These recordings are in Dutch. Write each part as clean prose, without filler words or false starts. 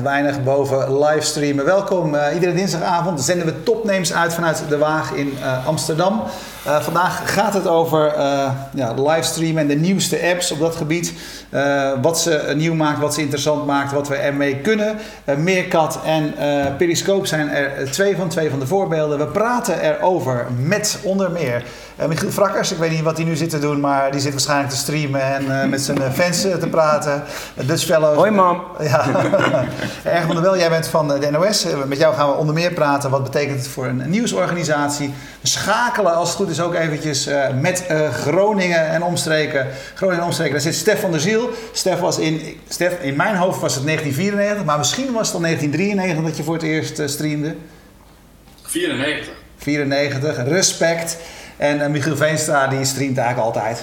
weinig boven livestreamen. Welkom, iedere dinsdagavond zenden we topnames uit vanuit De Waag in Amsterdam. Vandaag gaat het over livestreamen en de nieuwste apps op dat gebied. Wat ze nieuw maakt, wat ze interessant maakt, wat we ermee kunnen. Meerkat en Periscope zijn er twee van de voorbeelden. We praten erover met onder meer Michiel Frakkers. Ik weet niet wat hij nu zit te doen, maar die zit waarschijnlijk te streamen en met zijn fans te praten. Dutch Fellows. Hoi mam. Ja. Erg van der Wel, jij bent van de NOS. Met jou gaan we onder meer praten. Wat betekent het voor een nieuwsorganisatie? We schakelen als het goed is ook eventjes met Groningen en omstreken. Daar zit Stef van der Ziel. Stef, in mijn hoofd was het 1994, maar misschien was het al 1993 dat je voor het eerst streamde. 94, respect. En Michiel Veenstra die streamt eigenlijk altijd.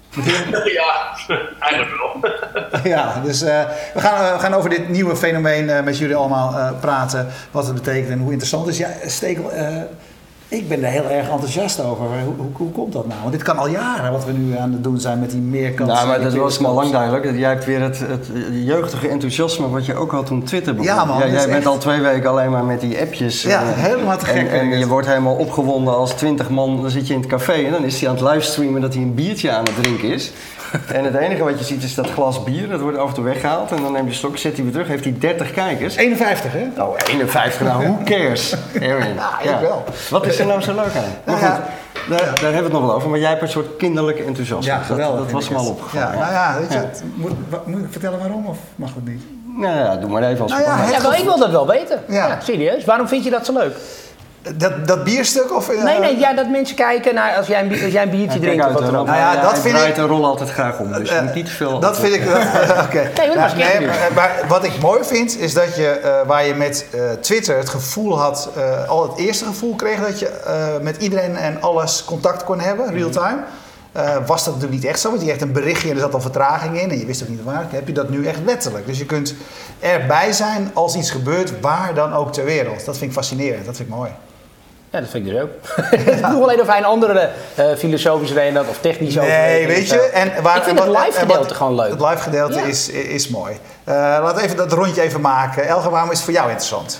Ja, eigenlijk wel. Ja, dus we gaan over dit nieuwe fenomeen met jullie allemaal praten. Wat het betekent en hoe interessant het is. Ja, Stekel, ik ben er heel erg enthousiast over. Hoe komt dat nou? Want dit kan al jaren wat we nu aan het doen zijn met die meerkant. Nou, maar dat was me al lang duidelijk. Jij hebt weer het jeugdige enthousiasme wat je ook had toen Twitter begon. Ja man. Jij bent echt... al 2 weken alleen maar met die appjes. Ja, helemaal te gek. En je wordt helemaal opgewonden als 20 man. Dan zit je in het café en dan is hij aan het livestreamen dat hij een biertje aan het drinken is. En het enige wat je ziet is dat glas bier. Dat wordt af en toe weggehaald. En dan neem je een slok, zet hij weer terug. Heeft hij 30 kijkers. 51 hè? Oh, 51. Nou, who cares? Ja, ik wel. Wat is er nou zo leuk aan? Maar goed, daar hebben we het nog wel over. Maar jij hebt een soort kinderlijk enthousiasme. Ja, geweldig. Dat was me al opgevallen. Ja, nou ja, weet je, moet ik vertellen waarom of mag dat niet? Nou ja, doe maar even als ik wil dat wel weten. Ja. Ja, serieus. Waarom vind je dat zo leuk? Dat bierstuk of... Nee, dat mensen kijken naar als jij een biertje drinkt of wat dan ook. Nou ja, dat vind ik... draait de rol altijd graag om, dus je moet niet te veel... Dat vind ik... Oké. Maar wat ik mooi vind, is dat je, waar je met Twitter het gevoel had, al het eerste gevoel kreeg dat je met iedereen en alles contact kon hebben, real-time. Was dat natuurlijk niet echt zo, want je kreeg een berichtje en er zat al vertraging in en je wist ook niet waar. Heb je dat nu echt letterlijk. Dus je kunt erbij zijn als iets gebeurt, waar dan ook ter wereld. Dat vind ik fascinerend, dat vind ik mooi. Ja, dat vind ik dus ook. Ik bedoel alleen of hij een andere filosofische reden had of technische overweging. Nee, weet je. Ik vind het live gedeelte gewoon leuk. Het live gedeelte is mooi. Laten we even dat rondje even maken. Elge, waarom is het voor jou interessant?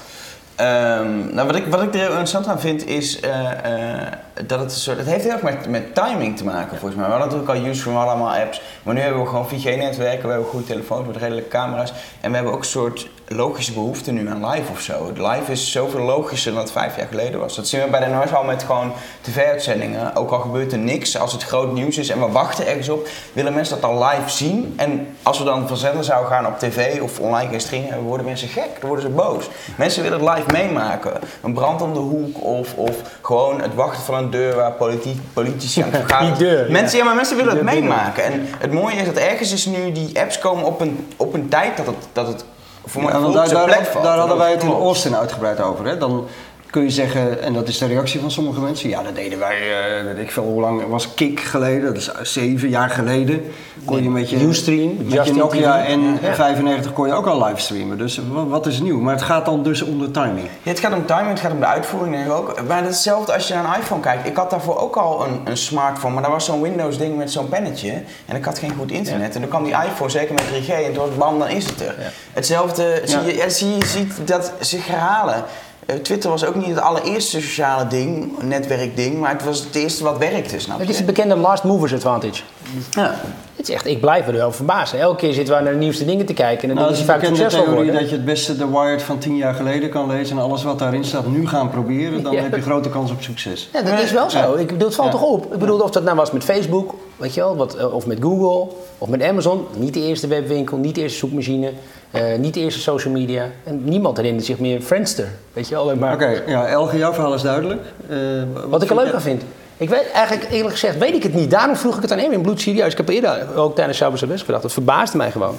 Wat ik er heel interessant aan vind is dat het heeft heel erg met timing te maken volgens mij. We hadden natuurlijk al Useframe, we hadden allemaal apps, maar nu hebben we gewoon 4G-netwerken, we hebben goede telefoons met redelijke camera's en we hebben ook een soort logische behoefte nu aan live of zo. Live is zoveel logischer dan het 5 jaar geleden was. Dat zien we bij de NOS al met gewoon tv-uitzendingen. Ook al gebeurt er niks, als het groot nieuws is en we wachten ergens op, willen mensen dat al live zien. En als we dan van zender zouden gaan op tv of online gaan streamen, worden mensen gek, dan worden ze boos. Mensen willen het live meemaken. Een brand om de hoek of gewoon het wachten van een deur waar politici aan het vergaderen zijn. Mensen willen het meemaken. En het mooie is dat ergens is nu die apps komen op een tijd dat het voor mij op zijn plek valt. Daar hadden wij het in Austin uitgebreid over. Hè? Dan kun je zeggen, en dat is de reactie van sommige mensen, ja dat deden wij, weet ik veel hoe lang, was Kik geleden, dat is 7 jaar geleden. Kon je met je Ustream, met je Nokia N95 kon je ook al livestreamen. Dus wat is nieuw? Maar het gaat dan dus om de timing. Ja, het gaat om timing, het gaat om de uitvoering denk ik ook. Maar het is hetzelfde als je naar een iPhone kijkt. Ik had daarvoor ook al een smartphone, maar dat was zo'n Windows ding met zo'n pennetje. En ik had geen goed internet. Ja. En dan kwam die iPhone, zeker met 3G, en door het bam, dan is het er. Ja. Hetzelfde, je ziet dat zich herhalen. Twitter was ook niet het allereerste sociale ding, netwerkding, maar het was het eerste wat werkte, snap je? Het is het bekende last movers advantage. Ja. Het is echt, ik blijf er wel verbaasd. Elke keer zitten we naar de nieuwste dingen te kijken en dan is het vaak succesvol worden. Dat je het beste The Wired van 10 jaar geleden kan lezen en alles wat daarin staat nu gaan proberen, dan heb je grote kans op succes. Ja, dat is wel zo. Ik bedoel, het valt toch op. Ik bedoel, of dat nou was met Facebook, weet je wel, of met Google, of met Amazon. Niet de eerste webwinkel, niet de eerste zoekmachine, niet de eerste social media. En niemand herinnert zich meer Friendster, weet je wel. Oké, Elge, jouw verhaal is duidelijk. Wat ik er leuk aan vind. Ik weet eigenlijk, eerlijk gezegd, weet ik het niet. Daarom vroeg ik het aan Erwin bloedserieus. Ik heb eerder ook tijdens Sauber's Les gedacht. Dat verbaasde mij gewoon.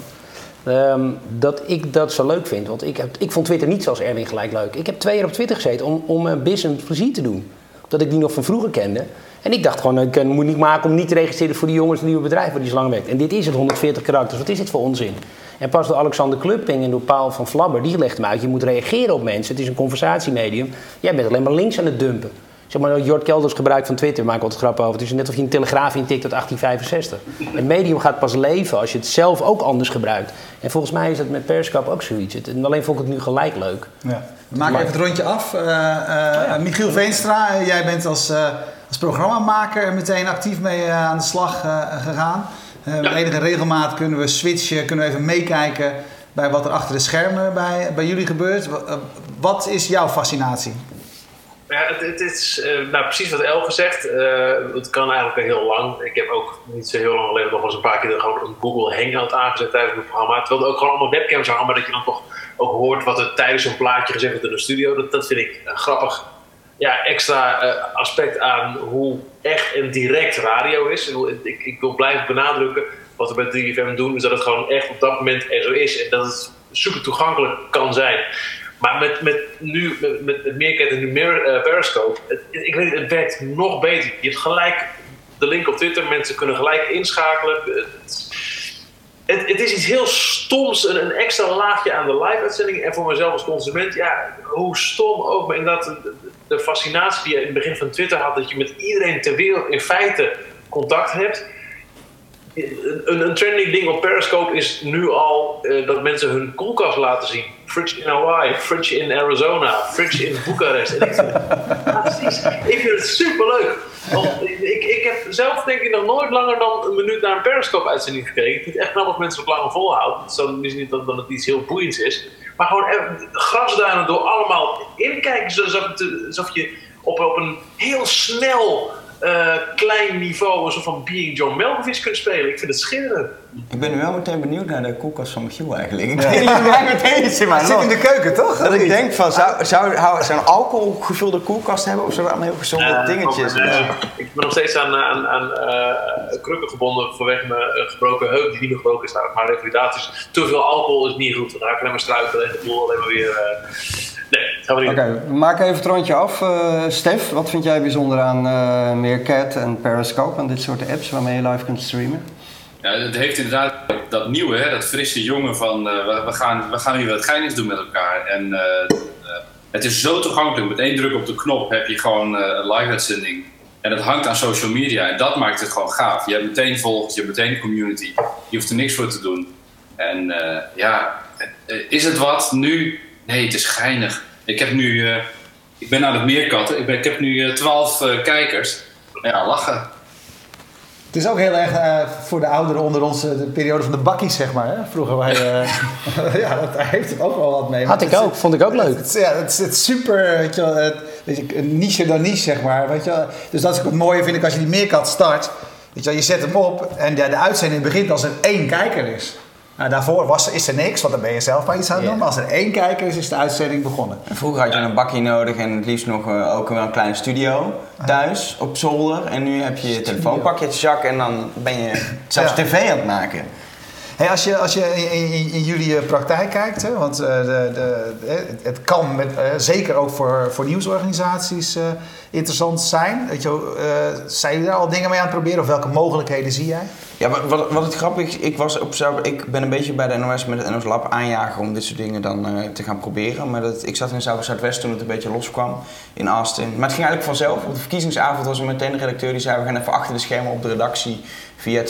Dat ik dat zo leuk vind. Want ik vond Twitter niet zoals Erwin gelijk leuk. Ik heb 2 jaar op Twitter gezeten om mijn business plezier te doen. Dat ik die nog van vroeger kende. En ik dacht gewoon, ik moet niet maken om niet te registreren voor die jongens een nieuwe bedrijf waar die zo lang werkt. En dit is het, 140 karakters. Wat is dit voor onzin? En pas door Alexander Klupping en door Paul van Flabber, die legde me uit. Je moet reageren op mensen. Het is een conversatiemedium. Jij bent alleen maar links aan het dumpen. Zeg maar, Jort Kelders gebruik van Twitter, maak ik altijd grappen over. Het is net of je een telegraaf intikt tot 1865. Een medium gaat pas leven als je het zelf ook anders gebruikt. En volgens mij is het met Periscope ook zoiets. Alleen vond ik het nu gelijk leuk. Ja. We maken even het rondje af. Michiel Veenstra, jij bent als programmamaker er meteen actief mee aan de slag gegaan. Met enige regelmaat kunnen we switchen, kunnen we even meekijken bij wat er achter de schermen bij jullie gebeurt. Wat is jouw fascinatie? Ja, het is precies wat Elge zegt. Het kan eigenlijk al heel lang. Ik heb ook niet zo heel lang geleden nog wel eens een paar keer gewoon een Google Hangout aangezet tijdens het programma. Terwijl er ook gewoon allemaal webcams hangen, maar dat je dan toch ook hoort wat er tijdens een plaatje gezegd wordt in de studio. Dat vind ik grappig. Ja, extra aspect aan hoe echt en direct radio is. Ik wil blijven benadrukken, wat we bij 3FM doen, is dat het gewoon echt op dat moment er zo is. En dat het super toegankelijk kan zijn. Maar met Meerkat en nu Periscope, ik weet het werkt nog beter. Je hebt gelijk de link op Twitter, mensen kunnen gelijk inschakelen. Het is iets heel stoms, een extra laagje aan de live-uitzending. En voor mezelf als consument, ja, hoe stom ook. Maar inderdaad, de fascinatie die je in het begin van Twitter had, dat je met iedereen ter wereld in feite contact hebt. Een trending ding op Periscope is nu al dat mensen hun koelkast laten zien. Fridge in Hawaii, fridge in Arizona, fridge in Boekarest. En ik vind het superleuk. Ik heb zelf denk ik nog nooit langer dan een minuut naar een Periscope-uitzending gekeken. Ik vind het echt knap als mensen het langer volhouden. Het is niet dat het iets heel boeiends is. Maar gewoon grasduinen door allemaal inkijken. Alsof je op een heel snel klein niveau een soort van Being John Malkovich kunt spelen. Ik vind het schitterend. Ik ben nu wel meteen benieuwd naar de koelkast van Michiel eigenlijk. Ik denk dat jij meteen iets in mijn zit in de keuken, toch? Dat ik denk van, zou een alcoholgevulde koelkast hebben of zo allemaal heel gezonde dingetjes? Ik ben nog steeds aan krukken gebonden vanwege mijn gebroken heup die niet meer gebroken is. Maar revalidaties. Te veel alcohol is niet goed. Dan raak ik alleen maar struikelen en de boel alleen maar weer... Nee, gaan we niet doen. Oké, we maken even het rondje af. Stef, wat vind jij bijzonder aan Meerkat en Periscope en dit soort apps waarmee je live kunt streamen? Ja, het heeft inderdaad dat nieuwe, hè, dat frisse jongen van we gaan hier wat geinigs doen met elkaar. En het is zo toegankelijk. Met één druk op de knop heb je gewoon een live-uitzending. En het hangt aan social media en dat maakt het gewoon gaaf. Je hebt meteen volgers, je hebt meteen community. Je hoeft er niks voor te doen. En is het wat nu? Nee, het is geinig. Ik ben aan het meerkatten. Ik heb nu 12 kijkers. Ja, lachen. Het is ook heel erg voor de ouderen onder ons de periode van de bakkies, zeg maar. Hè? Vroeger wij, ja, daar heeft het ook wel wat mee. Had ik ook, vond ik ook leuk. Het is super, weet je wel, een niche dan niche, zeg maar. Weet je wel. Dus dat is wat mooie vind ik als je die meerkat start. Weet je wel, je zet hem op en de uitzending begint als er 1 kijker is. Nou, daarvoor is er niks, want dan ben je zelf maar iets aan het doen. Maar als er 1 kijker is de uitzending begonnen. En vroeger had je een bakje nodig en het liefst nog ook wel een kleine studio thuis op zolder. En nu heb je je telefoonpakje, Jacques, en dan ben je zelfs tv aan het maken. Hey, als je in jullie praktijk kijkt, hè, want het kan zeker ook voor nieuwsorganisaties interessant zijn. Weet je, zijn jullie daar al dingen mee aan het proberen of welke mogelijkheden zie jij? Ja, wat het grappig is, ik ben een beetje bij de NOS met het NOS Lab aanjagen om dit soort dingen dan te gaan proberen. Maar ik zat in Zuidwest toen het een beetje loskwam in Austin. Maar het ging eigenlijk vanzelf. Op de verkiezingsavond was er meteen een redacteur die zei we gaan even achter de schermen op de redactie via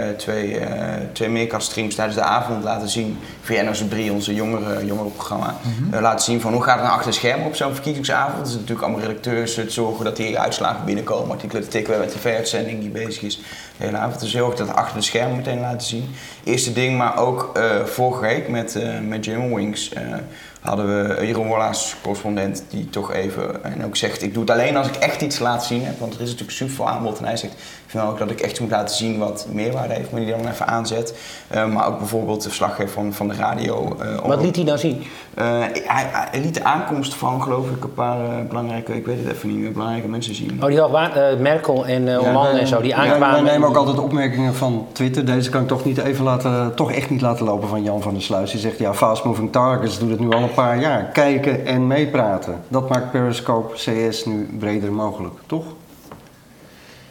twee meerkatstreams tijdens de avond laten zien. Via NOS3, onze jongerenprogramma. Laten zien van hoe gaat het nou achter de schermen op zo'n verkiezingsavond. Dat is natuurlijk allemaal redacteurs het zorgen dat die uitslagen binnenkomen. Artikelen te tikken, we hebben een tv-uitzending die bezig is de hele avond. Dus heel erg dat achter de schermen meteen laten zien. Eerste ding, maar ook vorige week met Germanwings hadden we Jeroen Wollaars, correspondent, die toch even en ook zegt ik doe het alleen als ik echt iets laat zien heb. Want er is natuurlijk super veel aanbod en hij zegt ik vind ook dat ik echt moet laten zien wat meerwaarde heeft, maar die dan even aanzet. Maar ook bijvoorbeeld de verslaggever van de radio. Wat liet hij nou zien? Hij liet de aankomst van geloof ik een paar belangrijke, ik weet het even niet meer, belangrijke mensen zien. Oh, die had Merkel en Hollande en zo, die aankwamen. Wij nemen ook altijd opmerkingen van Twitter. Deze kan ik toch echt niet laten lopen van Jan van der Sluis. Die zegt ja, Fast Moving Targets doet het nu al een paar jaar. Kijken en meepraten. Dat maakt Periscope CS nu breder mogelijk, toch?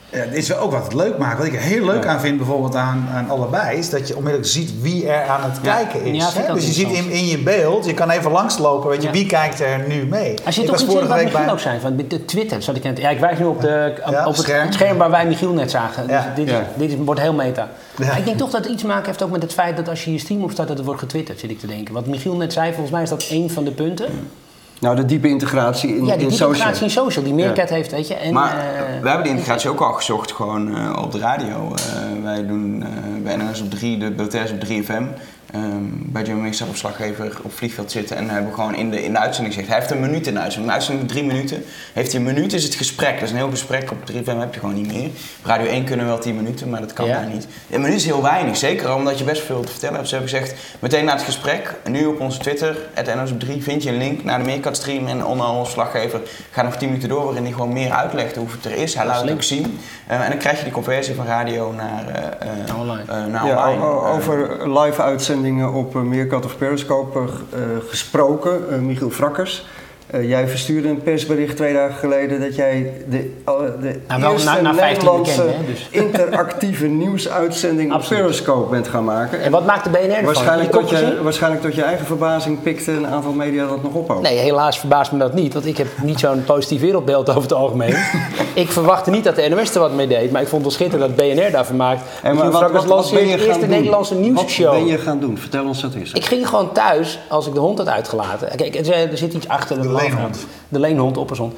Ja, dit is ook wat het leuk maakt. Wat ik er heel leuk aan vind, bijvoorbeeld aan allebei, is dat je onmiddellijk ziet wie er aan het kijken is. Ja, hè? Dus je ziet in je beeld, je kan even langslopen, weet je, wie kijkt er nu mee? Er zit toch iets in wat Michiel ook zei, van de Twitter. Zat ik wijs nu op het scherm waar wij Michiel net zagen. Dus dit wordt heel meta. Ja. Maar ik denk toch dat het iets te maken heeft ook met het feit dat als je je stream opstart, dat het wordt getwitterd, zit ik te denken. Wat Michiel net zei, volgens mij is dat één van de punten. Nou, de diepe integratie in social. Ja, die diepe integratie in social, die Meerkat heeft, weet je. En, maar we hebben die integratie ook al gezocht, gewoon op de radio. Wij doen bij NOS op 3, de BTS op 3FM. Bij Jimmy Mix op verslaggever op vliegveld zitten en hebben we gewoon in de uitzending gezegd. Hij heeft een minuut in de uitzending. Een uitzending met 3 minuten. Heeft hij een minuut, is het gesprek. Dat is een heel gesprek. Op 3FM heb je gewoon niet meer. Op Radio 1 kunnen we wel 10 minuten, maar dat kan daar niet. Een minuut is heel weinig. Zeker omdat je best veel te vertellen hebt. Ze hebben gezegd, meteen na het gesprek, en nu op onze Twitter, @NOS op 3, vind je een link naar de Meerkat stream. En onder onze verslaggever gaat nog 10 minuten door waarin hij gewoon meer uitlegt hoe het er is. Hij laat het ook zien. En dan krijg je die conversie van radio naar online. Over live uitzendingen op Meerkat of Periscope gesproken, Michiel Frakkers. Jij verstuurde een persbericht 2 dagen geleden dat jij de eerste Nederlandse interactieve nieuwsuitzending op Periscope bent gaan maken. En wat maakt de BNR ervan? Waarschijnlijk tot je eigen verbazing pikte een aantal media dat nog op ook. Nee, helaas verbaast me dat niet, want ik heb niet zo'n positief wereldbeeld over het algemeen. Ik verwachtte niet dat de NOS er wat mee deed, maar ik vond het wel schitterend dat BNR daar vermaakt. Wat ben je de eerste Nederlandse nieuwsshow. Wat ben je gaan doen? Vertel ons dat eens. Ik ging gewoon thuis, als ik de hond had uitgelaten. Kijk, er zit iets achter de leenhond. De leenhond, oppershond.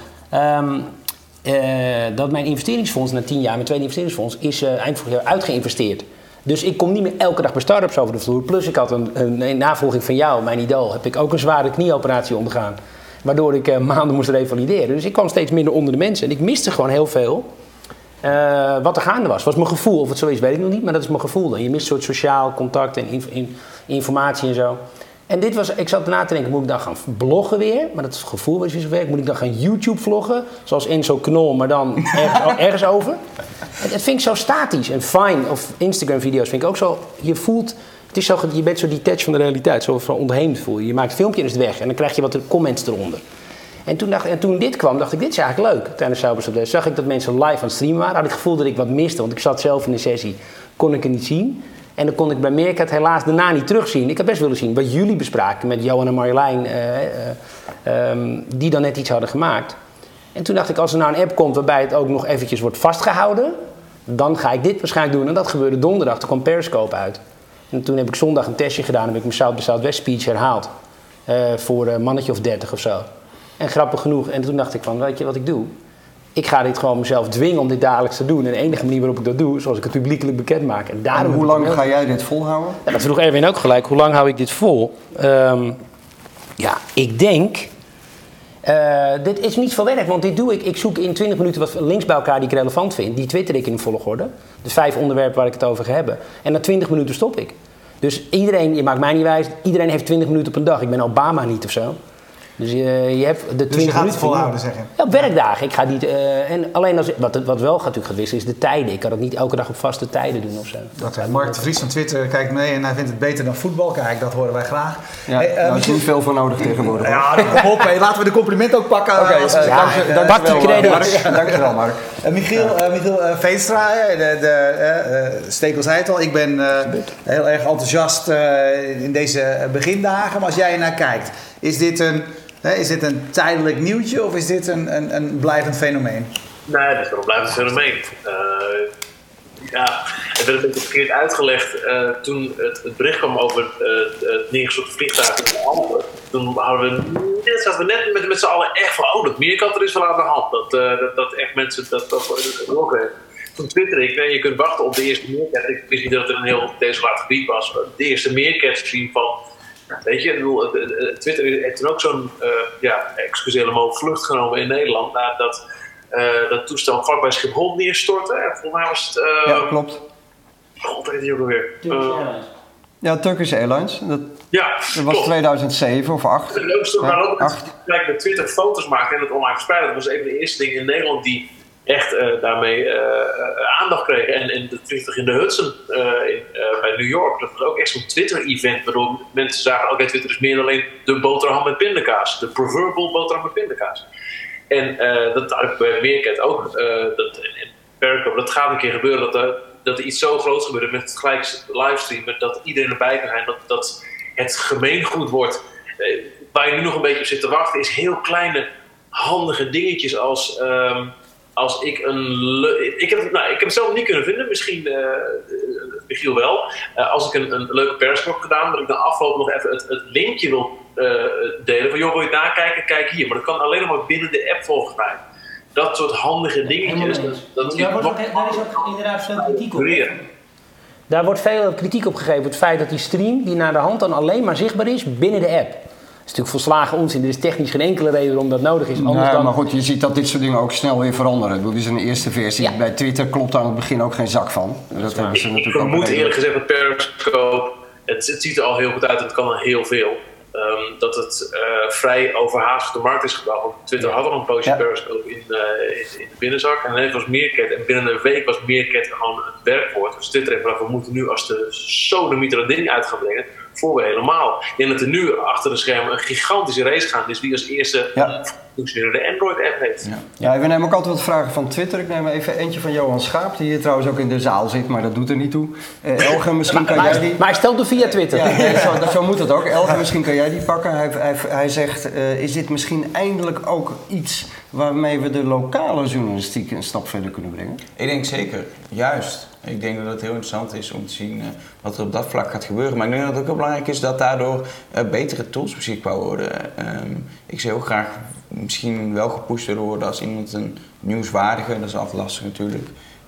Dat mijn investeringsfonds na 10 jaar, mijn tweede investeringsfonds, is eind vorig jaar uitgeïnvesteerd. Dus ik kom niet meer elke dag bij start-ups over de vloer. Plus ik had een navolging van jou, mijn idool, heb ik ook een zware knieoperatie ondergaan. Waardoor ik maanden moest revalideren. Dus ik kwam steeds minder onder de mensen. En ik miste gewoon heel veel wat er gaande was. Was mijn gevoel. Of het zo is, weet ik nog niet. Maar dat is mijn gevoel. En je mist een soort sociaal contact en informatie en zo. En dit was, ik zat erna te denken, moet ik dan gaan bloggen weer? Maar dat gevoel was weer zo werk. Moet ik dan gaan YouTube vloggen? Zoals Enzo Knol, maar dan ergens over? Het vind ik zo statisch. En Vine of Instagram video's vind ik ook zo. Je voelt, het is zo, je bent zo detached van de realiteit. Zo van ontheemd voel je. Je maakt een filmpje en is het weg. En dan krijg je wat comments eronder. En toen dit kwam, dacht ik, dit is eigenlijk leuk. Tijdens Soubers op zag ik dat mensen live aan het streamen waren. Had ik het gevoel dat ik wat miste. Want ik zat zelf in de sessie. Kon ik het niet zien. En dan kon ik bij Meerkat helaas daarna niet terugzien. Ik had best willen zien wat jullie bespraken met Johan en Marjolein, die dan net iets hadden gemaakt. En toen dacht ik, als er nou een app komt waarbij het ook nog eventjes wordt vastgehouden, dan ga ik dit waarschijnlijk doen. En dat gebeurde donderdag, toen kwam Periscope uit. En toen heb ik zondag een testje gedaan, heb ik mijn South by Southwest speech herhaald. Voor een mannetje of 30 of zo. En grappig genoeg, en toen dacht ik van, weet je wat ik doe? Ik ga dit gewoon mezelf dwingen om dit dagelijks te doen. En de enige manier waarop ik dat doe, is als ik het publiekelijk bekend maak. En hoe lang ga jij dit volhouden? Ja, dat vroeg Erwin ook gelijk. Hoe lang hou ik dit vol? Ik denk... dit is niet veel werk, want dit doe ik. Ik zoek in 20 minuten wat links bij elkaar die ik relevant vind. Die twitter ik in volgorde. De 5 onderwerpen waar ik het over ga hebben. En na 20 minuten stop ik. Dus iedereen, je maakt mij niet wijs, iedereen heeft 20 minuten op een dag. Ik ben Obama niet of zo. Dus je hebt de 20 minuten. Het volhouden, zeg je? Ja, op werkdagen. Ik ga niet. En alleen als wat wel natuurlijk gaat wisselen, is de tijden. Ik kan het niet elke dag op vaste tijden doen of zo. Mark de Vries van Twitter kijkt mee en hij vindt het beter dan voetbal. Kijk, dat horen wij graag. Ja, daar is niet veel voor nodig tegenwoordig. Ja, kom op. Laten we de compliment ook pakken. Dankjewel, Mark. Michiel Veenstra, Stekel zei het al. Ik ben heel erg enthousiast in deze begindagen. Maar als jij er naar kijkt, is dit een tijdelijk nieuwtje of is dit een blijvend fenomeen? Nee, dat is wel een blijvend fenomeen. Het werd een beetje verkeerd uitgelegd toen het bericht kwam over het neergestorte vliegtuig in de Alpen. Toen zaten we net met z'n allen echt van, dat Meerkat er is wel aan de hand. Dat echt mensen dat doorkregen. Toen twitterde ik, je kunt wachten op de eerste Meerkat. Ik wist niet dat het een heel desolaat gebied was. De eerste Meerkat zien van... Weet je, Twitter heeft toen ook zo'n excusez-le-mot vlucht genomen in Nederland nadat dat toestel vlakbij Schiphol neerstortte. En volgens mij was het... ja, klopt. God, weet je ook alweer. Ja, Turkish Airlines. Dat was klopt. 2007 of 8. Het leukste maar ook gelijk met Twitter foto's maken en het online verspreiden. Dat was een van de eerste dingen in Nederland die echt daarmee aandacht kregen. En de Twitter in de Hudson bij New York, dat was ook echt zo'n Twitter-event waardoor mensen zagen, oké, Twitter is meer dan alleen de boterham met pindakaas. De proverbial boterham met pindakaas. En dat had ik bij Meerkat ook. Periscope. Dat gaat een keer gebeuren dat er iets zo groots gebeurt met het gelijk livestreamen, dat iedereen erbij kan zijn, dat het gemeengoed wordt. Waar je nu nog een beetje op zit te wachten, is heel kleine, handige dingetjes als ik ik heb het zelf niet kunnen vinden, misschien Michiel wel. Als ik een leuke Periscope heb gedaan, dat ik dan afloop nog even het linkje wil delen. Van joh, wil je nakijken? Kijk hier. Maar dat kan alleen nog maar binnen de app volgens mij. Dat soort handige dingetjes. Daar is ook inderdaad veel kritiek op. Daar wordt veel kritiek op gegeven. Het feit dat die stream, die naar de hand dan alleen maar zichtbaar is binnen de app. Dat is natuurlijk volslagen onzin. Er is technisch geen enkele reden waarom dat nodig is. Maar goed, je ziet dat dit soort dingen ook snel weer veranderen. Dit is een eerste versie. Ja. Bij Twitter klopt aan het begin ook geen zak van. Dat hebben ze natuurlijk ook. Ik vermoed eerlijk gezegd dat Periscope, het ziet er al heel goed uit en het kan al heel veel. Dat het vrij overhaast op de markt is gebracht. Want Twitter had al een poosje Periscope in de binnenzak. En dan was Meerkat. En binnen een week was Meerkat gewoon een werkwoord. Dus Twitter heeft gedacht, we moeten nu als de sodemieter dat ding uit gaan brengen. Voor we helemaal. Ik denk dat er nu achter de schermen een gigantische race gaat is wie als eerste functionerende Android-app heeft. Ja, we nemen ook altijd wat vragen van Twitter. Ik neem even eentje van Johan Schaap, die hier trouwens ook in de zaal zit, maar dat doet er niet toe. Elge, misschien kan jij die... Maar hij stelt het via Twitter. Ja, zo moet het ook. Elge, misschien kan jij die pakken. Hij zegt, is dit misschien eindelijk ook iets waarmee we de lokale journalistiek een stap verder kunnen brengen? Ik denk zeker, juist. Ik denk dat het heel interessant is om te zien wat er op dat vlak gaat gebeuren. Maar ik denk dat het ook heel belangrijk is dat daardoor betere tools beschikbaar worden. Ik zou heel graag misschien wel gepusht willen worden als iemand een nieuwswaardige, dat is altijd lastig natuurlijk,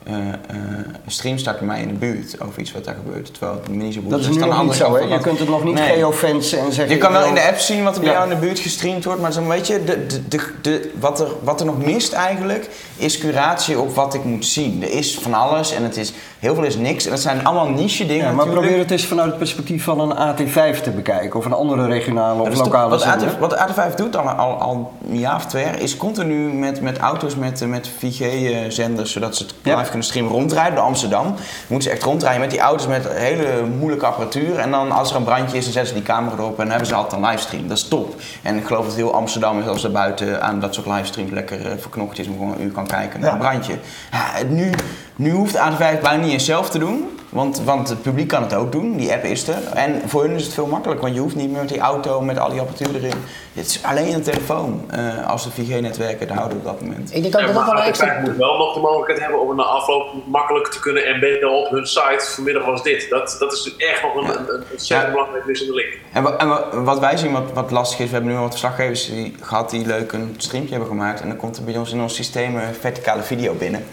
een stream start bij mij in de buurt over iets wat daar gebeurt. Terwijl het niet zo goed is. Dat is nu nog niet zo, hè? Je kunt het nog niet geofencen en zeggen... Je kan wel in de app zien wat er bij jou in de buurt gestreamd wordt, maar dan weet je, wat er nog mist eigenlijk, is curatie op wat ik moet zien. Er is van alles en heel veel is niks en dat zijn allemaal niche dingen. Ja, maar probeer het eens vanuit het perspectief van een AT5 te bekijken of een andere regionale of lokale zender. Wat AT5 doet al een jaar of 2 jaar, is continu met auto's met 4G-zenders, zodat ze het live kunnen streamen, rondrijden door Amsterdam. Moeten ze echt rondrijden met die auto's met hele moeilijke apparatuur. En dan als er een brandje is, dan zetten ze die camera erop en dan hebben ze altijd een livestream. Dat is top. En ik geloof dat heel Amsterdam en zelfs daarbuiten aan dat soort livestreams lekker verknocht is. Maar gewoon een uur kan kijken naar een brandje. Ja, nu hoeft AT5 bijna niet eens zelf te doen. Want het publiek kan het ook doen, die app is er. En voor hun is het veel makkelijker, want je hoeft niet meer met die auto, met al die apparatuur erin. Het is alleen een telefoon als de 4G-netwerken er houden op dat moment. Ik denk ook dat wel extra... moet wel nog de mogelijkheid hebben om na afloop makkelijk te kunnen embedden op hun site. Vanmiddag was dit. Dat is echt nog een ontzettend belangrijk wisselende link. En wat wij zien wat lastig is, we hebben nu wat verslaggevers gehad die leuk een streampje hebben gemaakt. En dan komt er bij ons in ons systeem een verticale video binnen.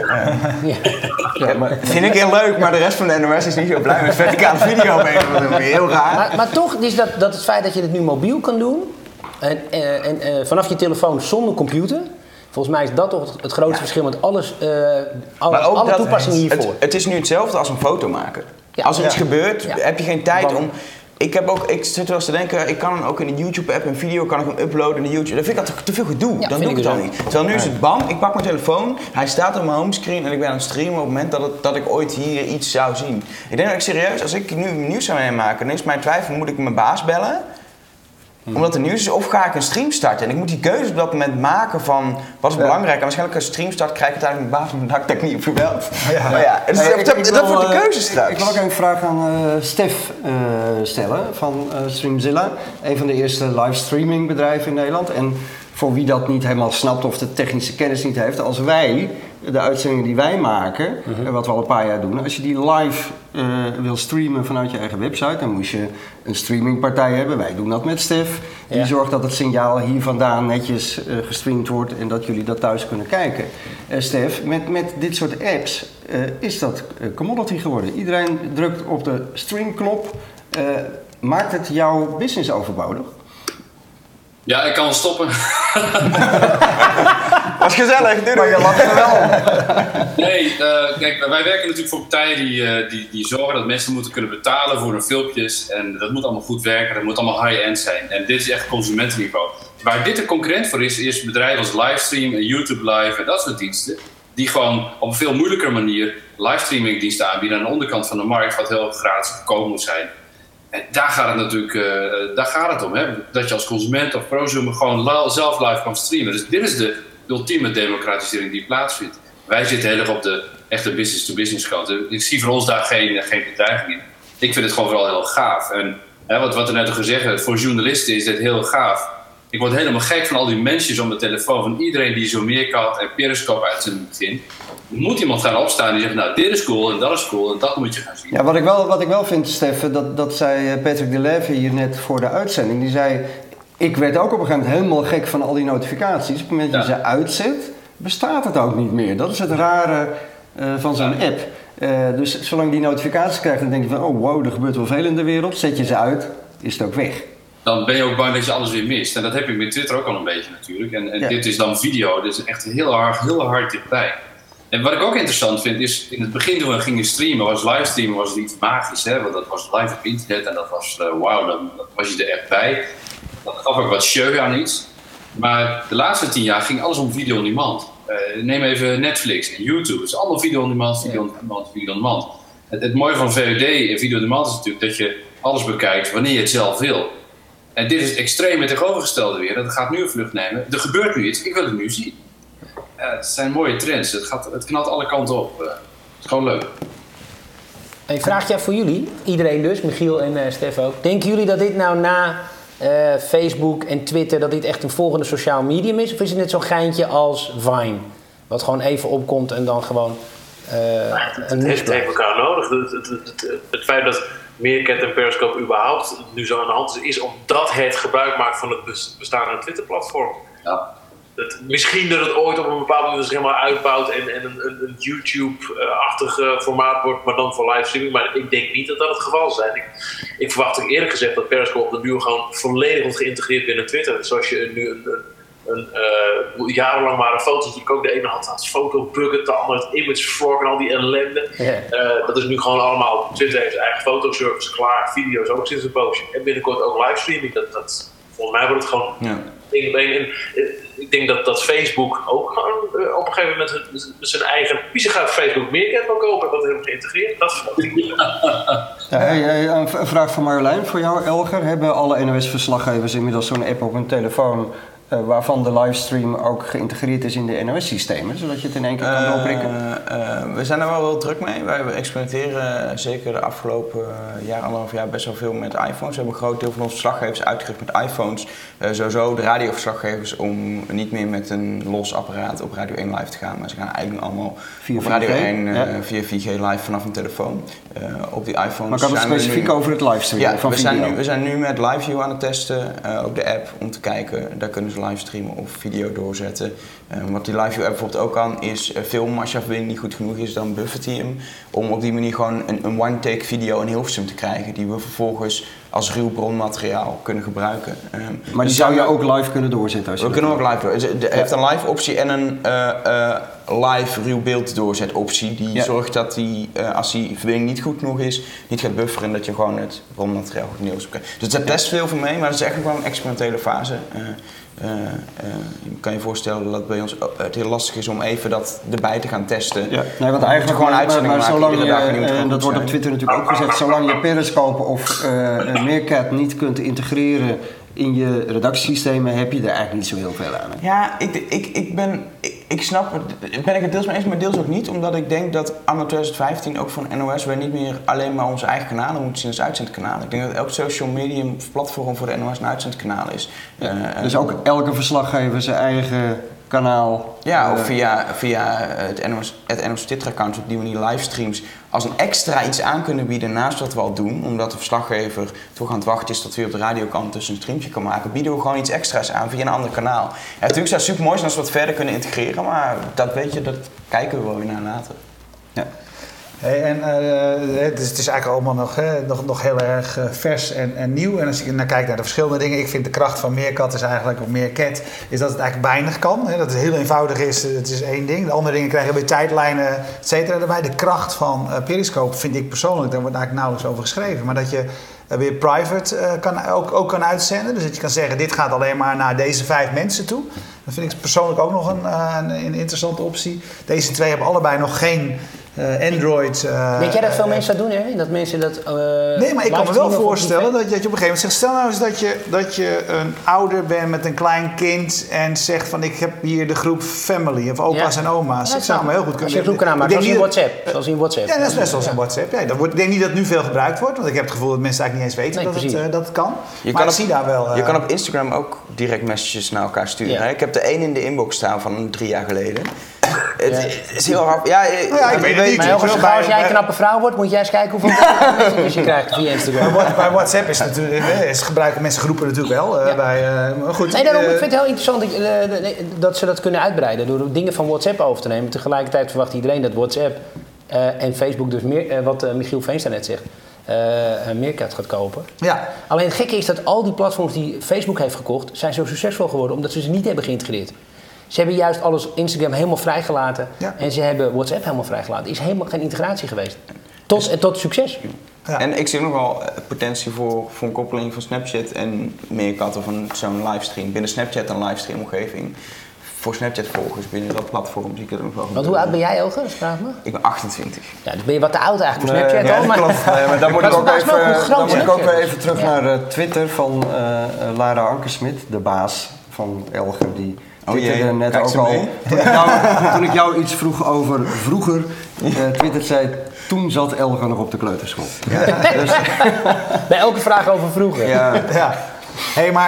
Maar vind ik heel leuk, maar de rest van de NOS is niet zo blij met verticale video mee. Dat is heel raar. Maar toch is dat het feit dat je het nu mobiel kan doen en vanaf je telefoon zonder computer. Volgens mij is dat toch het grootste verschil met alle toepassingen hiervoor. Het is nu hetzelfde als een foto maken. Ja. Als er iets gebeurt, heb je geen tijd om... Ik zit wel eens te denken, ik kan ook in de YouTube-app een video kan ik hem uploaden in de YouTube. Dan vind ik dat te veel gedoe. Dan doe ik het dan niet. Terwijl nu is het bam, ik pak mijn telefoon, hij staat op mijn homescreen en ik ben aan het streamen op het moment dat ik ooit hier iets zou zien. Ik denk dat ik serieus, als ik nu nieuws zou maken, dan is mijn twijfel, moet ik mijn baas bellen? Omdat er nieuws is, of ga ik een stream starten? En ik moet die keuze op dat moment maken van wat is belangrijk. En waarschijnlijk als stream start krijg ik uiteindelijk mijn baas, maar dat ik niet op gebeld. Dat wordt de keuze straks. Ik wil ook een vraag aan Stef stellen van Streamzilla. Een van de eerste livestreaming bedrijven in Nederland. En voor wie dat niet helemaal snapt of de technische kennis niet heeft. Als wij de uitzendingen die wij maken, wat we al een paar jaar doen. Als je die live wil streamen vanuit je eigen website, dan moet je een streamingpartij hebben. Wij doen dat met Stef. Die zorgt dat het signaal hier vandaan netjes gestreamd wordt en dat jullie dat thuis kunnen kijken. Stef, met dit soort apps is dat commodity geworden. Iedereen drukt op de streamknop. Maakt het jouw business overbodig? Ja, ik kan stoppen. Was gezellig, doe maar je lacht er wel om. Nee, kijk, wij werken natuurlijk voor partijen die zorgen dat mensen moeten kunnen betalen voor hun filmpjes. En dat moet allemaal goed werken, dat moet allemaal high-end zijn. En dit is echt consumentenniveau. Waar dit een concurrent voor is bedrijven als Livestream en YouTube Live en dat soort diensten. Die gewoon op een veel moeilijkere manier livestreaming diensten aanbieden aan de onderkant van de markt, wat heel gratis goedkoop moet zijn. En daar gaat het natuurlijk daar gaat het om, hè? Dat je als consument of prosumer gewoon zelf live kan streamen. Dus dit is de ultieme democratisering die plaatsvindt. Wij zitten heel erg op de echte business-to-business kant. Ik zie voor ons daar geen bedreiging in. Ik vind het gewoon vooral heel gaaf. En wat er net al gezegd werd, voor journalisten is dit heel gaaf. Ik word helemaal gek van al die mensen op mijn telefoon. Van iedereen die zo Meerkat en Periscope uitzending begint. Er moet iemand gaan opstaan die zegt, nou dit is cool en dat is cool en dat moet je gaan zien. Ja, wat ik wel vind, Steffen, dat zei Patrick de Leve hier net voor de uitzending. Die zei, ik werd ook op een gegeven moment helemaal gek van al die notificaties. Op het moment dat je ze uitzet, bestaat het ook niet meer. Dat is het rare van zo'n app. Dus zolang die notificaties krijgt, dan denk je van, oh wow, er gebeurt wel veel in de wereld. Zet je ze uit, is het ook weg. Dan ben je ook bang dat je alles weer mist. En dat heb ik met Twitter ook al een beetje natuurlijk. En dit is dan video, dit is echt heel hard dichtbij. En wat ik ook interessant vind is, in het begin toen we gingen streamen, livestreamen was het iets magisch. Hè? Want dat was live op internet en dat was wauw, dan was je er echt bij. Dat gaf ook wat show aan iets. Maar de laatste 10 jaar ging alles om video on demand. Neem even Netflix en YouTube. Het is allemaal video on demand, video on demand, video on demand. Het mooie van VOD en video on demand is natuurlijk dat je alles bekijkt wanneer je het zelf wil. En dit is extreem het tegenovergestelde weer. Dat gaat nu een vlucht nemen. Er gebeurt nu iets, ik wil het nu zien. Het zijn mooie trends. Het knalt alle kanten op. Het is gewoon leuk. Een vraagje voor jullie. Iedereen dus, Michiel en Stef ook. Denken jullie dat dit nou na Facebook en Twitter, dat dit echt een volgende sociaal medium is? Of is het net zo'n geintje als Vine? Wat gewoon even opkomt en dan gewoon het heeft elkaar nodig. Het feit dat Meerkat en Periscope überhaupt nu zo aan de hand is omdat het gebruik maakt van het bestaande Twitter-platform. Ja. Misschien dat het ooit op een bepaald moment helemaal uitbouwt en een YouTube-achtig formaat wordt, maar dan voor livestreaming. Maar ik denk niet dat dat het geval zal zijn. Ik verwacht ook eerlijk gezegd dat Periscope op de duur gewoon volledig wordt geïntegreerd binnen Twitter. Zoals je nu jarenlang waren foto's die ik ook de ene had als fotobucket, de andere het image frog en al die ellende. Yeah. Dat is nu gewoon allemaal, Twitter heeft zijn eigen fotoservice klaar, video's ook sinds een poosje. En binnenkort ook livestreaming. Volgens mij wordt het gewoon één op één. Ik denk dat Facebook ook gewoon op een gegeven moment met zijn eigen... Wie zich uit Facebook Meerkat wil kopen, dat hebben geïntegreerd. Dat verwacht ik niet. Een vraag van Marjolein voor jou, Elger. Hebben alle NOS-verslaggevers inmiddels zo'n app op hun telefoon waarvan de livestream ook geïntegreerd is in de NOS-systemen, zodat je het in één keer kan doorprikken? We zijn er wel heel druk mee. Wij experimenteren zeker de afgelopen anderhalf jaar best wel veel met iPhones. We hebben een groot deel van onze verslaggevers uitgerust met iPhones. Sowieso de radioverslaggevers om niet meer met een los apparaat op Radio 1 live te gaan, maar ze gaan eigenlijk allemaal via op Radio 1 via 4G live vanaf een telefoon op die iPhones. Maar kan het specifiek over het livestreamen van video? We zijn nu met LiveView aan het testen, ook de app, om te kijken. Daar kunnen ze livestreamen of video doorzetten. Wat die LiveView app bijvoorbeeld ook kan, is filmen als je afbeelding niet goed genoeg is, dan buffert hij hem. Om op die manier gewoon een one-take video in Hilversum te krijgen, die we vervolgens als ruw bronmateriaal kunnen gebruiken. Maar die zou je ook live kunnen doorzetten? Als je we kunnen ook live doorzetten. Het heeft een live optie en een live ruw beeld doorzet optie. Die zorgt dat hij, als die verbinding niet goed genoeg is, niet gaat bufferen en dat je gewoon het bronmateriaal goed in Hilversum krijgt. Dus daar test veel van mee, maar dat is eigenlijk wel een experimentele fase. Je kan je voorstellen dat het bij ons het heel lastig is om even dat erbij te gaan testen. Ja, nee, want eigenlijk gewoon uitzendingen maken zolang iedere dag. En dat wordt op Twitter natuurlijk ook gezegd, zolang je Periscope of Meerkat niet kunt integreren in je redactiesystemen, heb je er eigenlijk niet zo heel veel aan. Ja, ik snap het. Ben ik het deels mee eens, maar deels ook niet. Omdat ik denk dat anno 2015 ook van NOS wij niet meer alleen maar onze eigen kanalen moeten zien als uitzendkanalen. Ik denk dat elk social medium platform voor de NOS een uitzendkanaal is. Dus ook elke verslaggever zijn eigen kanaal. Ja, of via het NOS Twitter-account op die manier livestreams als een extra iets aan kunnen bieden naast wat we al doen, omdat de verslaggever toch aan het wachten is tot hij op de radiokant dus een streampje kan maken, bieden we gewoon iets extra's aan via een ander kanaal. Ja, natuurlijk zou het super mooi zijn als we wat verder kunnen integreren, maar dat kijken we wel weer naar later. Ja. Hey, en het is eigenlijk allemaal nog heel erg vers en nieuw. En als je naar kijkt naar de verschillende dingen, ik vind de kracht van Meerkat is eigenlijk, of Meerkat, is dat het eigenlijk weinig kan. Hè? Dat het heel eenvoudig is, het is één ding. De andere dingen krijgen weer tijdlijnen, et cetera. Daarbij de kracht van Periscope vind ik persoonlijk, daar wordt eigenlijk nauwelijks over geschreven, maar dat je weer private ook kan uitzenden. Dus dat je kan zeggen, dit gaat alleen maar naar deze 5 mensen toe. Dat vind ik persoonlijk ook nog een interessante optie. Deze 2 hebben allebei nog geen Android. Denk jij dat veel mensen dat doen, hè? Dat mensen dat... nee, maar ik kan me wel voorstellen dat je op een gegeven moment zegt... Stel nou eens dat je een ouder bent met een klein kind... en zegt van ik heb hier de groep family of opa's en oma's. Ja, ik zou me heel goed kunnen... Als je een groep kan aanmaken, zoals in WhatsApp. Ja, dat is net zoals in WhatsApp. Ja, ik denk niet dat het nu veel gebruikt wordt... want ik heb het gevoel dat mensen eigenlijk niet eens weten dat het kan. Maar ik zie daar wel... Je kan op Instagram ook direct messages naar elkaar sturen. Ja. Ik heb er één in de inbox staan van 3 jaar geleden. Het is heel hard. Ja, ik weet het niet. Maar als jij een knappe vrouw wordt, moet jij eens kijken hoeveel messages je krijgt via Instagram. Bij WhatsApp gebruiken mensen groepen natuurlijk wel. Goed. Nee, daarom, ik vind het heel interessant dat ze dat kunnen uitbreiden. Door dingen van WhatsApp over te nemen. Tegelijkertijd verwacht iedereen dat WhatsApp en Facebook dus meer, wat Michiel Veenstra net zegt, Meerkat gaat kopen. Ja. Alleen het gekke is dat al die platforms die Facebook heeft gekocht, zijn zo succesvol geworden omdat ze ze niet hebben geïntegreerd. Ze hebben juist alles Instagram helemaal vrijgelaten en ze hebben WhatsApp helemaal vrijgelaten. Er is helemaal geen integratie geweest. Tot succes. Ja. En ik zie nog wel potentie voor een koppeling van Snapchat en Meerkat of zo'n livestream. Binnen Snapchat een livestream omgeving. Voor Snapchat-volgers binnen dat platform zie ik het nog wel. Want hoe oud ben jij, Elge? Vraag me. Ik ben 28. Ja, dus ben je wat te oud eigenlijk voor Snapchat al. Maar... Klopt. Maar dan moet ik ook weer even terug naar Twitter van Lara Ankersmit, de baas van Elge. Die twitterde net ook al. Toen ik jou iets vroeg over vroeger, twitterde zij... Toen zat Elge nog op de kleuterschool. Ja. Dus... Bij elke vraag over vroeger. Ja. Hey, maar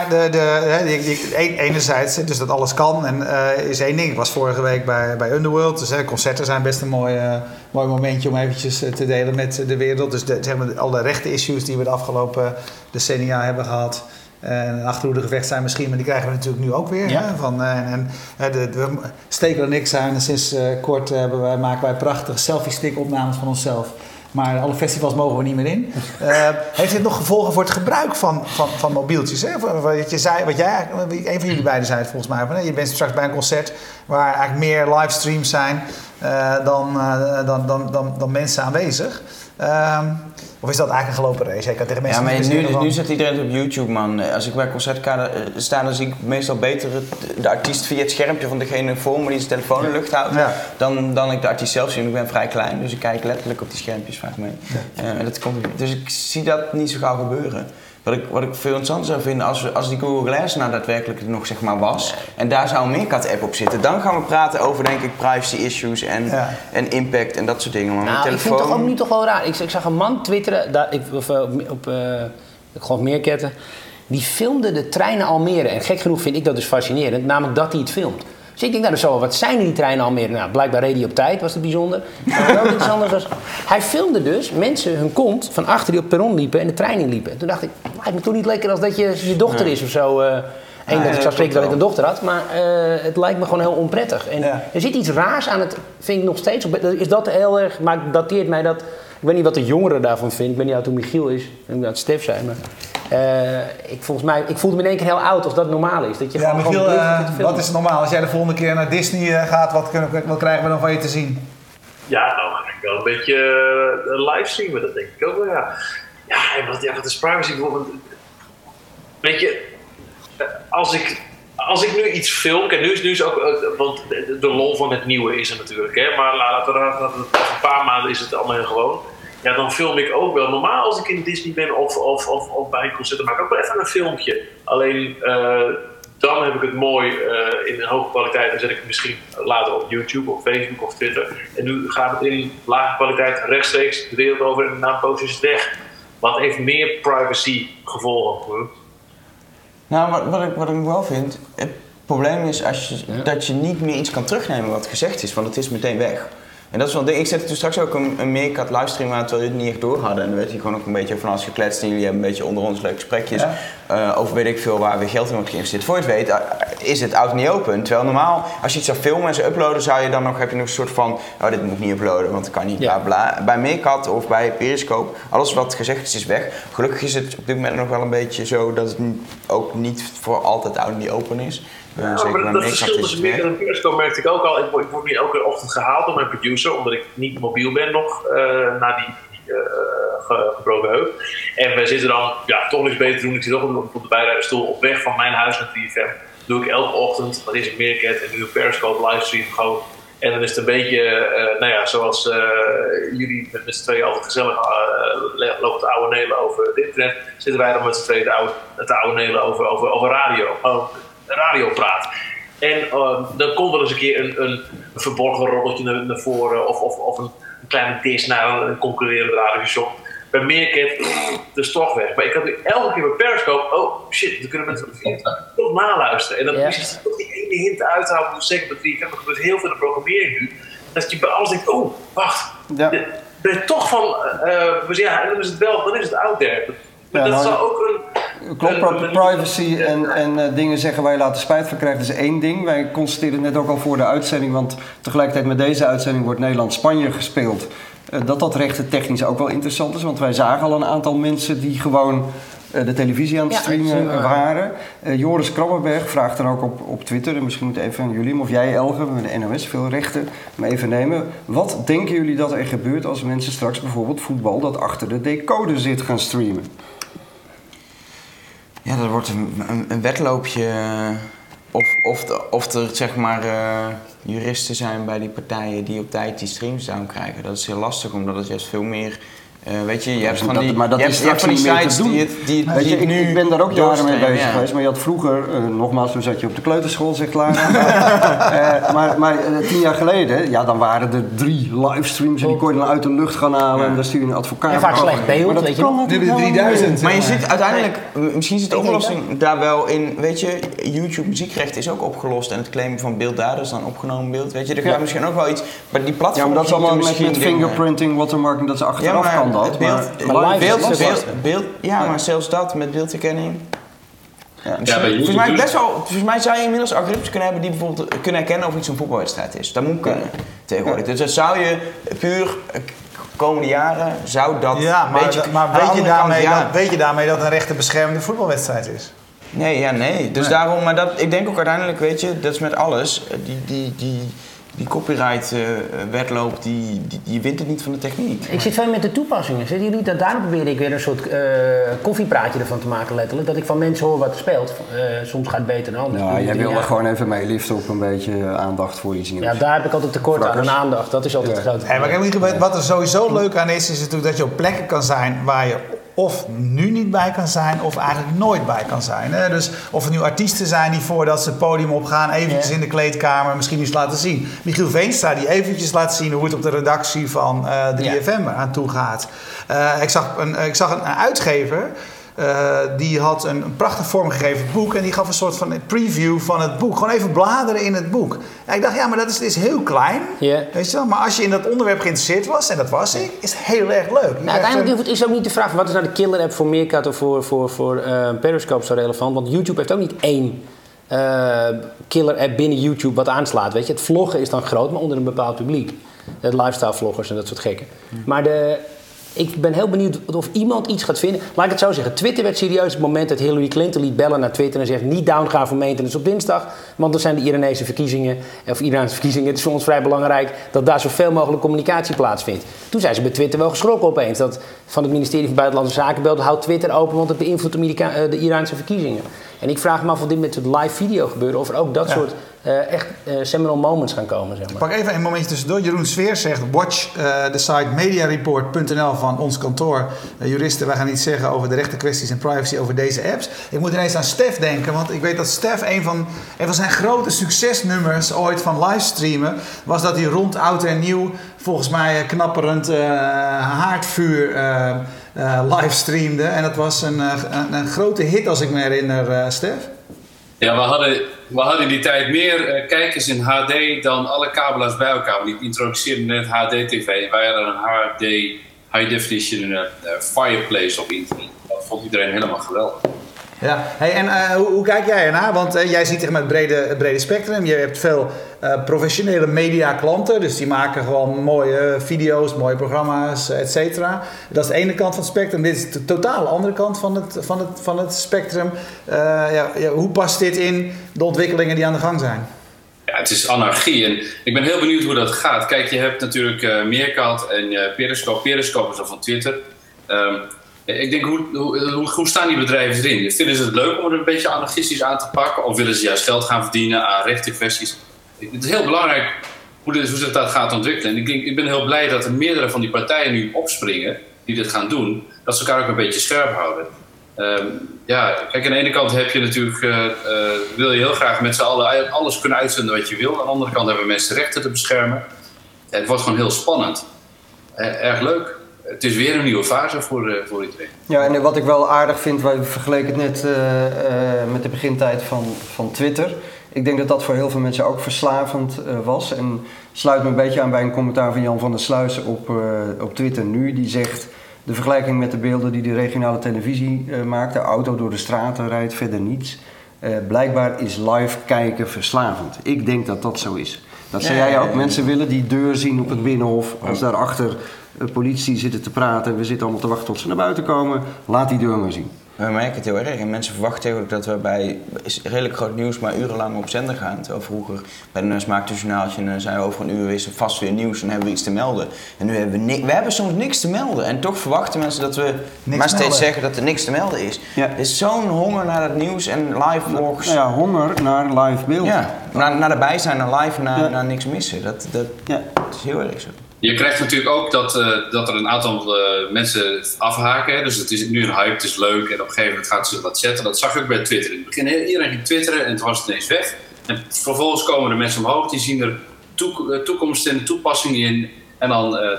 enerzijds, dus dat alles kan en is één ding. Ik was vorige week bij Underworld, dus concerten zijn best een mooi momentje om eventjes te delen met de wereld. Dus zeg maar, alle rechten issues die we de afgelopen decennia hebben gehad. En achterhoedegevecht zijn misschien, maar die krijgen we natuurlijk nu ook weer. Ja. Stekel en ik zijn sinds kort maken wij prachtige selfie-stick opnames van onszelf. Maar alle festivals mogen we niet meer in. Heeft dit nog gevolgen voor het gebruik van mobieltjes? Hè? Een van jullie beiden zei het volgens mij. Je bent straks bij een concert waar eigenlijk meer livestreams zijn dan mensen aanwezig. Of is dat eigenlijk een gelopen race? Ik kan tegen mensen nu zit iedereen op YouTube, man. Als ik bij concertkader sta, dan zie ik meestal beter de artiest via het schermpje van degene voor me die zijn telefoon in de lucht houdt, dan ik de artiest zelf zie. Ik ben vrij klein, dus ik kijk letterlijk op die schermpjes vaak mee. Dus ik zie dat niet zo gauw gebeuren. Wat ik veel interessanter zou vinden, als die Google Glass nou daadwerkelijk er nog zeg maar was, en daar zou een Meerkat-app op zitten, dan gaan we praten over, denk ik, privacy issues en impact en dat soort dingen. Maar nou, telefoon... ik vind het toch ook nu toch wel raar. Ik zag een man twitteren, ik geloof Meerkatten, die filmde de treinen Almere. En gek genoeg vind ik dat dus fascinerend, namelijk dat hij het filmt. Dus ik denk, nou, zo, wat zijn die treinen Almere? Nou, blijkbaar reed hij op tijd, was het bijzonder. Maar wel iets anders was, hij filmde dus mensen hun kont van achter die op het perron liepen en de trein in liepen. En toen dacht ik, lijkt me toch niet lekker als dat je dochter is of zo. Eén, dat ik zou spreken dat ik een dochter had, maar het lijkt me gewoon heel onprettig. En er zit iets raars aan het, vind ik nog steeds. Is dat heel erg, maar dateert mij dat... Ik weet niet wat de jongeren daarvan vinden. Ik weet niet hoe Michiel is. Ik weet niet wat Stef zei, maar... ik voelde me in één keer heel oud als dat normaal is. Dat je Michiel, wat is normaal? Als jij de volgende keer naar Disney gaat, wat krijgen we dan van je te zien? Ja, nou eigenlijk wel een beetje livestreamen, dat denk ik ook wel, ja. Ja, wat is privacy bijvoorbeeld? Weet je, als ik nu iets film, en nu is ook, want de lol van het nieuwe is er natuurlijk, hè, maar laten we een paar maanden is het allemaal heel gewoon. Ja, dan film ik ook wel. Normaal als ik in Disney ben of bij een concert, dan maak ik ook wel even een filmpje. Alleen dan heb ik het mooi in een hoge kwaliteit. Dan zet ik het misschien later op YouTube of Facebook of Twitter. En nu gaat het in lage kwaliteit rechtstreeks de wereld over en na een poos is het weg. Wat heeft meer privacy gevolgen? Nou, wat ik wel vind, het probleem is dat je niet meer iets kan terugnemen wat gezegd is, want het is meteen weg. En dat is wel een ding. Ik zette toen straks ook een Meerkat livestream aan terwijl jullie het niet echt door hadden. En dan werd hij gewoon ook een beetje van alles gekletst en jullie hebben een beetje onder ons leuke gesprekjes over weet ik veel waar weer geld in wordt geïnvesteerd. Voor je het weet is het out niet open. Terwijl normaal, als je iets zou filmen en ze uploaden, heb je nog een soort van, dit moet ik niet uploaden, want dat kan niet, bla bla. Bij Meerkat of bij Periscope, alles wat gezegd is weg. Gelukkig is het op dit moment nog wel een beetje zo dat het ook niet voor altijd out niet open is. Maar dat verschil tussen Meerkat en Periscope merkte ik ook al. Ik word nu elke ochtend gehaald door mijn producer, omdat ik niet mobiel ben nog na die gebroken heup. En we zitten dan toch niks beter te doen. Ik zit toch op de bijrijderstoel op weg van mijn huis naar 3FM. Doe ik elke ochtend, wat is het, Meerkat en nu een Periscope livestream gewoon En dan is het een beetje, zoals jullie met z'n tweeën altijd gezellig lopen te ouwenelen over het internet, zitten wij dan met z'n tweeën te ouwenelen over radio praat. En dan komt er eens een keer een verborgen roddeltje naar voren of een kleine dis naar een concurrerend radiostation. Bij Meerkat, dus toch weg. Maar ik had nu elke keer bij Periscope, oh shit, dan kunnen mensen toch naluisteren. En dan is het toch die ene hint uit te houden, zeker met 3FM, er gebeurt heel veel in de programmering nu. Dat je bij alles denkt, oh, wacht, er is toch van, dan is het wel, dan is het out there. Maar dat zou ook Klopt, privacy en dingen zeggen waar je later spijt van krijgt, is één ding. Wij constateerden net ook al voor de uitzending, want tegelijkertijd met deze uitzending wordt Nederland-Spanje gespeeld. Dat rechten technisch ook wel interessant is, want wij zagen al een aantal mensen die gewoon de televisie aan het streamen waren. Joris Krabbenberg vraagt dan ook op Twitter, en misschien moet even aan jullie, of jij Elge, met de NOS veel rechten, maar even nemen. Wat denken jullie dat er gebeurt als mensen straks bijvoorbeeld voetbal dat achter de decoder zit gaan streamen? Ja, dat wordt een wedloopje. Of er zeg maar juristen zijn bij die partijen die op tijd die streams down krijgen. Dat is heel lastig, omdat het juist veel meer... weet je, je hebt van die, maar dat is straks van die niet meer te sites doen. Ik ben daar ook jaren mee bezig geweest, maar je had vroeger, nogmaals, toen zat je op de kleuterschool, zegt Lara. maar 10 jaar geleden, dan waren er 3 livestreams en die kon je dan uit de lucht gaan halen en daar stuur je een advocaat. En vaak slecht beeld, weet je nog. Nu hebben we 3000. Maar je ziet uiteindelijk, misschien zit de oplossing daar wel in, weet je, YouTube muziekrecht is ook opgelost en het claimen van beelddata is dan opgenomen beeld, weet je, er gaat misschien ook wel iets, maar die platforms... Ja, maar dat is allemaal met fingerprinting, watermarking, dat ze achteraf kan. Maar zelfs dat met beeldherkenning. Volgens mij zou je inmiddels algoritmes kunnen hebben die bijvoorbeeld kunnen herkennen of iets een voetbalwedstrijd is. Dat moet kunnen tegenwoordig. Dus dat zou je puur komende jaren zou dat. Ja, maar weet je daarmee dat een rechterbeschermde voetbalwedstrijd is? Nee. Dus daarom, maar ik denk ook uiteindelijk, weet je, dat is met alles. Die copyright-wedloop, die wint het niet van de techniek. Ik zit veel met de toepassingen. Zitten jullie dat daarom probeer ik weer een soort koffiepraatje ervan te maken, letterlijk. Dat ik van mensen hoor wat er speelt. Soms gaat het beter dan anders. Ja, jij wil er gewoon even mee liften op een beetje aandacht voor iets nieuws. Ja, daar heb ik altijd tekort aan aandacht. Dat is altijd het grote probleem. Maar wat er sowieso leuk aan is natuurlijk dat je op plekken kan zijn waar je of nu niet bij kan zijn of eigenlijk nooit bij kan zijn. Hè? Dus of het nu artiesten zijn die voordat ze het podium opgaan eventjes in de kleedkamer misschien iets laten zien. Michiel Veenstra die eventjes laat zien hoe het op de redactie van 3FM aan toe gaat. Ik zag een uitgever. Die had een prachtig vormgegeven boek en die gaf een soort van preview van het boek. Gewoon even bladeren in het boek. En ik dacht, maar dat is heel klein. Yeah. Weet je wel? Maar als je in dat onderwerp geïnteresseerd was, en dat was ik, is het heel erg leuk. Uiteindelijk is ook niet de vraag, wat is nou de killer app voor Meerkat of voor Periscope zo relevant? Want YouTube heeft ook niet één killer app binnen YouTube wat aanslaat. Weet je? Het vloggen is dan groot, maar onder een bepaald publiek. Het lifestyle vloggers en dat soort gekken. Maar ik ben heel benieuwd of iemand iets gaat vinden. Laat ik het zo zeggen. Twitter werd serieus op het moment dat Hillary Clinton liet bellen naar Twitter en zegt niet downgaan voor maintenance op dinsdag, want dan zijn de Iraanse verkiezingen. Het is voor ons vrij belangrijk dat daar zoveel mogelijk communicatie plaatsvindt. Toen zijn ze bij Twitter wel geschrokken opeens. Dat van het ministerie van Buitenlandse Zaken belde, houdt Twitter open, want het beïnvloedt de Iraanse verkiezingen. En ik vraag me af of dit met het live video gebeurt, of er ook dat soort echt seminal moments gaan komen. Zeg maar. Ik pak even een momentje tussendoor. Jeroen Sveer zegt, watch de site mediareport.nl van ons kantoor. Juristen, wij gaan iets zeggen over de rechtenkwesties en privacy over deze apps. Ik moet ineens aan Stef denken, want ik weet dat Stef een van zijn grote succesnummers ooit van livestreamen was dat hij rond oud en nieuw volgens mij knapperend haardvuur livestreamde. En dat was een grote hit als ik me herinner, Stef. Ja, we hadden die tijd meer kijkers in HD dan alle kabelaars bij elkaar. Want die introduceerden net HD-TV en wij hadden een HD High Definition Fireplace op internet. Dat vond iedereen helemaal geweldig. Ja, hey, en hoe kijk jij ernaar? Want jij ziet het met het brede spectrum. Je hebt veel professionele media klanten, dus die maken gewoon mooie video's, mooie programma's, et cetera. Dat is de ene kant van het spectrum. Dit is de totaal andere kant van het spectrum. Hoe past dit in de ontwikkelingen die aan de gang zijn? Ja, het is anarchie en ik ben heel benieuwd hoe dat gaat. Kijk, je hebt natuurlijk Meerkat en Periscope. Periscope is al van Twitter. Ik denk, hoe staan die bedrijven erin? Vinden ze het leuk om het een beetje anarchistisch aan te pakken? Of willen ze juist geld gaan verdienen aan rechtenkwesties? Het is heel belangrijk hoe zich dat gaat ontwikkelen. En ik ben heel blij dat er meerdere van die partijen nu opspringen die dit gaan doen, dat ze elkaar ook een beetje scherp houden. Kijk, aan de ene kant heb je natuurlijk, wil je heel graag met z'n allen alles kunnen uitzenden wat je wil. Aan de andere kant hebben mensen rechten te beschermen. Het wordt gewoon heel spannend. Erg leuk. Het is weer een nieuwe fase voor iedereen. Ja, en wat ik wel aardig vind, wij vergeleken het net met de begintijd van Twitter. Ik denk dat dat voor heel veel mensen ook verslavend was. En sluit me een beetje aan bij een commentaar van Jan van der Sluijs op Twitter nu. Die zegt, de vergelijking met de beelden die de regionale televisie maakt. De auto door de straten rijdt, verder niets. Blijkbaar is live kijken verslavend. Ik denk dat dat zo is. Dat zei jij ook. Mensen willen die deur zien op het Binnenhof. Als daarachter politie zitten te praten en we zitten allemaal te wachten tot ze naar buiten komen. Laat die deur maar zien. We merken het heel erg en mensen verwachten eigenlijk dat we bij redelijk groot nieuws maar urenlang op zender gaan. Terwijl vroeger bij de NOS maakte een journaaltje en dan zei over een uur is er vast weer nieuws en hebben we iets te melden. En nu hebben we hebben soms niks te melden en toch verwachten mensen dat we maar steeds zeggen dat er niks te melden is. Ja. Er is zo'n honger naar het nieuws en live vlogs. Ja, honger naar live beeld. Ja, naar erbij zijn, naar live, naar niks missen. Dat is heel erg zo. Je krijgt natuurlijk ook dat er een aantal mensen afhaken. Dus het is nu een hype, het is leuk en op een gegeven moment gaat ze dat zetten. Dat zag je ook bij Twitter. In het begin iedereen ging twitteren en toen was het ineens weg. En vervolgens komen de mensen omhoog, die zien er toekomst en toepassingen in. En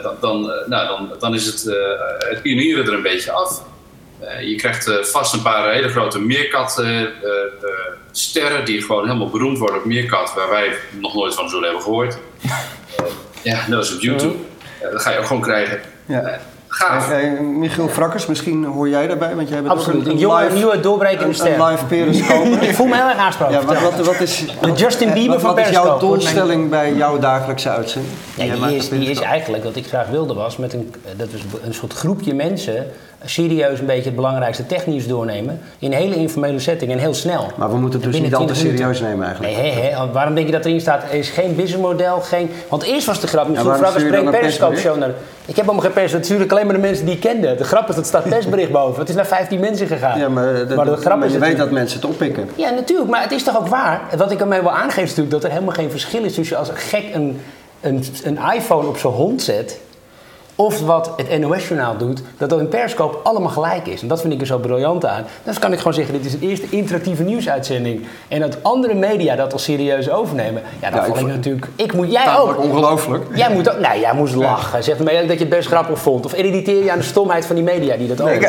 dan is het pionieren er een beetje af. Je krijgt vast een paar hele grote Meerkat sterren die gewoon helemaal beroemd worden op Meerkat, waar wij nog nooit van zullen hebben gehoord. Ja, dat is op YouTube. Dat ga je ook gewoon krijgen. Ja. Gaaf. Michiel Frakkers, misschien hoor jij daarbij, want jij bent absoluut. ook een nieuwe doorbrekende ster. Een live Periscope. Ik voel me heel erg aanspraak. Ja, wat is de Justin Bieber van Periscope? Wat is jouw doelstelling bij jouw dagelijkse uitzending? Ja, die is eigenlijk wat ik graag wilde was met dat was een soort groepje mensen serieus een beetje het belangrijkste technisch doornemen in een hele informele setting en heel snel. Maar we moeten het dus niet al te serieus nemen eigenlijk. Nee, waarom denk je dat erin staat? Er is geen businessmodel, want eerst was de grap, Michiel Frakkers brengt Periscope show naar. Ik heb allemaal geen pers, natuurlijk alleen maar de mensen die ik kende. De grap is, dat staat persbericht boven. Het is naar 15 mensen gegaan. Ja, maar de grap is je weet dat mensen het oppikken. Ja, natuurlijk, maar het is toch ook waar. Wat ik ermee wil aangeven is natuurlijk dat er helemaal geen verschil is tussen als een gek een iPhone op zijn hond zet. Of wat het NOS-journaal doet, dat in Periscope allemaal gelijk is. En dat vind ik er zo briljant aan. Dus kan ik gewoon zeggen, dit is een eerste interactieve nieuwsuitzending. En dat andere media dat als serieus overnemen. Ja, dan val ik natuurlijk... Jij ook. Ongelooflijk. Jij moet ook... Nou, jij moest lachen. Zeg maar dat je het best grappig vond. Of irriteer je aan de stomheid van die media die dat ook...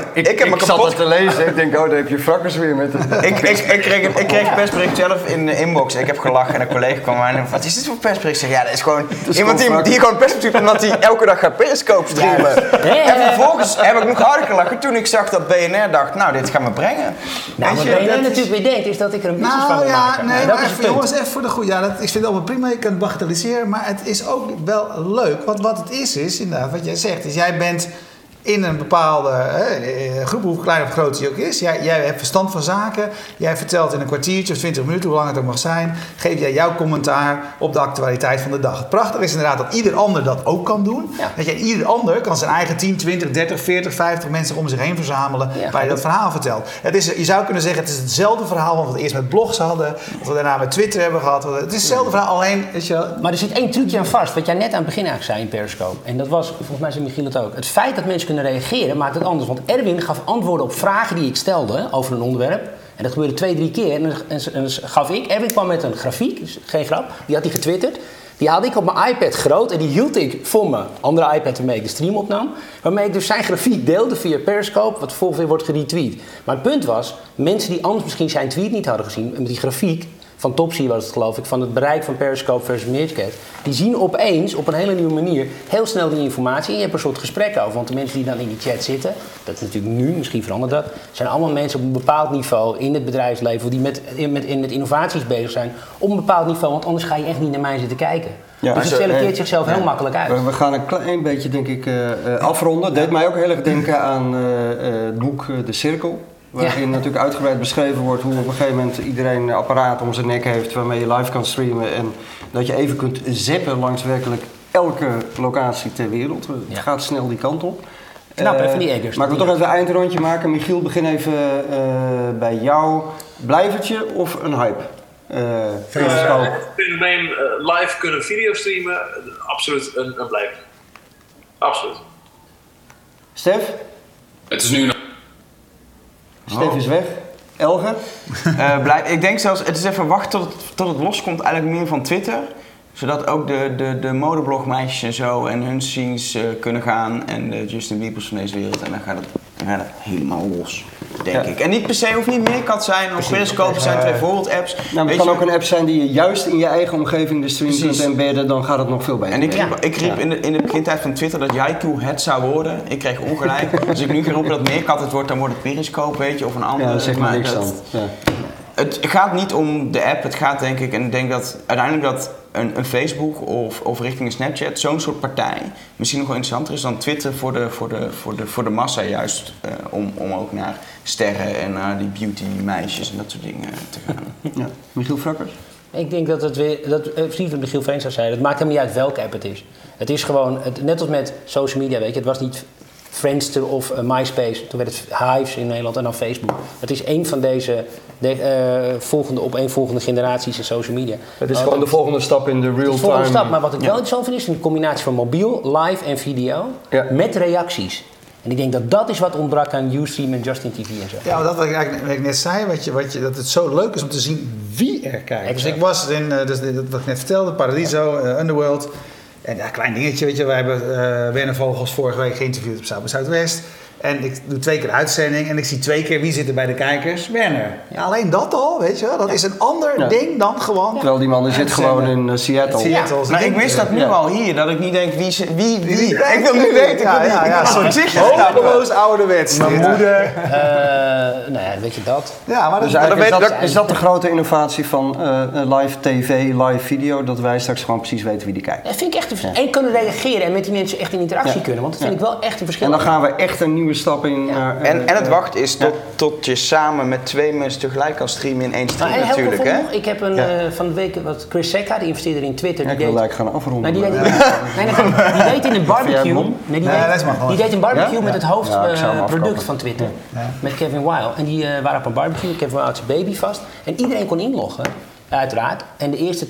Ik zat het te lezen. Ik denk, daar heb je Frakkers weer met... Ik kreeg een persbericht zelf in de inbox. Ik heb gelachen en een collega kwam aan en wat is dit voor persbericht? Ik zeg, ja, dat is gewoon iemand die gewoon persbericht omdat hij elke dag gaat Periscope streamen. En vervolgens heb ik nog harder gelachen toen ik zag dat BNR dacht, nou, dit gaat me brengen. Nou, wat BNR natuurlijk weer denkt, is dat ik er een business van wil maken. Nee, dat is het punt. Jongens, even voor de goede. Ik vind het allemaal prima, je kunt het bagatelliseren, maar het is ook wel leuk. Want wat het is inderdaad, wat jij zegt, is jij bent in een bepaalde groep, hoe klein of groot die ook is. Jij hebt verstand van zaken. Jij vertelt in een kwartiertje of 20 minuten, hoe lang het ook mag zijn, geef jij jouw commentaar op de actualiteit van de dag. Het prachtige is inderdaad dat ieder ander dat ook kan doen. Ja. Dat ieder ander kan zijn eigen 10, 20, 30, 40, 50 mensen om zich heen verzamelen waar je dat verhaal vertelt. Je zou kunnen zeggen, het is hetzelfde verhaal wat we eerst met blogs hadden, wat we daarna met Twitter hebben gehad. Het is hetzelfde verhaal, alleen... Maar er zit één trucje aan vast, wat jij net aan het begin eigenlijk zei in Periscope. En dat was, volgens mij zei Michiel het ook, het feit dat mensen kunnen reageren maakt het anders. Want Erwin gaf antwoorden op vragen die ik stelde over een onderwerp. En dat gebeurde 2-3 keer. En dan gaf Erwin kwam met een grafiek, dus geen grap, die had hij getwitterd. Die haalde ik op mijn iPad groot en die hield ik voor mijn andere iPad waarmee ik de stream opnam. Waarmee ik dus zijn grafiek deelde via Periscope, wat vervolgens weer wordt geretweet. Maar het punt was, mensen die anders misschien zijn tweet niet hadden gezien, met die grafiek van Topsy was het geloof ik, van het bereik van Periscope versus Meerkat, die zien opeens op een hele nieuwe manier heel snel die informatie en je hebt een soort gesprek over. Want de mensen die dan in die chat zitten, dat is natuurlijk nu, misschien verandert dat, zijn allemaal mensen op een bepaald niveau in het bedrijfsleven die met innovaties bezig zijn op een bepaald niveau, want anders ga je echt niet naar mij zitten kijken. Ja, dus het selecteert zichzelf heel makkelijk uit. We gaan een klein beetje, denk ik, afronden. Het deed mij ook heel erg denken aan het boek De Cirkel. Waarin natuurlijk uitgebreid beschreven wordt hoe op een gegeven moment iedereen een apparaat om zijn nek heeft waarmee je live kan streamen. En dat je even kunt zappen langs werkelijk elke locatie ter wereld. Het gaat snel die kant op. Knap, even die eggers. Maar ik wil toch even een eindrondje maken. Michiel, begin even bij jou. Blijvertje of een hype? Periscope. Het fenomeen live kunnen videostreamen, absoluut een blijver. Absoluut. Stef? Het is nu nog... Stef is weg. Elge? Ik denk zelfs, het is even wachten tot het loskomt eigenlijk meer van Twitter. Zodat ook de modeblogmeisjes en zo en hun scenes kunnen gaan. En de Justin Bieber's van deze wereld. En dan gaat het helemaal los, denk ik. En niet per se, hoeft niet Meerkat zijn. Of Periscope zijn 2 voorbeeld-apps. Nou, het kan ook een app zijn die je juist in je eigen omgeving de stream kunt embedden. Dan gaat het nog veel beter. En ik riep in de begintijd van Twitter dat Jaiku het zou worden. Ik kreeg ongelijk. Als ik nu ga roepen dat Meerkat het wordt, dan wordt het Periscope, weet je. Of een andere. Ja, zeg maar niks dan. Ja. Het gaat niet om de app, het gaat denk ik, en ik denk dat uiteindelijk dat een Facebook of richting een Snapchat zo'n soort partij misschien nog wel interessanter is dan Twitter voor de massa juist, om ook naar sterren en naar die beauty meisjes en dat soort dingen te gaan. Ja. Michiel Frakkers? Ik denk dat het weer, precies wat Michiel Veenstra zei, het maakt helemaal niet uit welke app het is. Het is gewoon, net als met social media, weet je, het was niet Friendster of MySpace, toen werd het Hives in Nederland en dan Facebook. Het is één van deze volgende generaties in social media. Het is gewoon de volgende stap in de real-time. De volgende stap, maar wat ik wel interessant vind is een combinatie van mobiel, live en video met reacties. En ik denk dat dat is wat ontbrak aan Ustream en Justin TV en zo. Ja, maar dat wat ik net zei, dat het zo leuk is om te zien wie er kijkt. Exact. Dus ik was in, dat wat ik net vertelde, Paradiso, Underworld. En ja, klein dingetje, weet je. Wij hebben Werner Vogels vorige week geïnterviewd op Zuid-Zuidwest. En ik doe 2 keer de uitzending en ik zie 2 keer wie zit er bij de kijkers. Werner. Ja, alleen dat al, weet je wel. Dat is een ander ding dan gewoon... Terwijl die man zit gewoon in Seattle. Maar ik wist dat nu al hier, dat ik niet denk wie. Ik wil nu weten. Hopeloos ouderwets. Mijn moeder. Nou ja, weet je dat. Ja, maar Dus eigenlijk is dat de grote innovatie van live tv, live video, dat wij straks gewoon precies weten wie die kijkt. Dat vind ik echt een verschil. En kunnen reageren en met die mensen echt in interactie kunnen. Want dat vind ik wel echt een verschil. En dan gaan we echt een nieuwe stap in. En het wacht is tot je samen met 2 mensen tegelijk kan streamen in 1 stream natuurlijk. Hè? Ik heb van de week, Chris Secca, die investeerder in Twitter. Ik wil eigenlijk gaan afronden. Die deed in een barbecue. Die deed een barbecue met het hoofdproduct van Twitter. Met Kevin Weil. En die waren op een barbecue. Kevin Weil had zijn baby vast. En iedereen kon inloggen. Uiteraard. En de eerste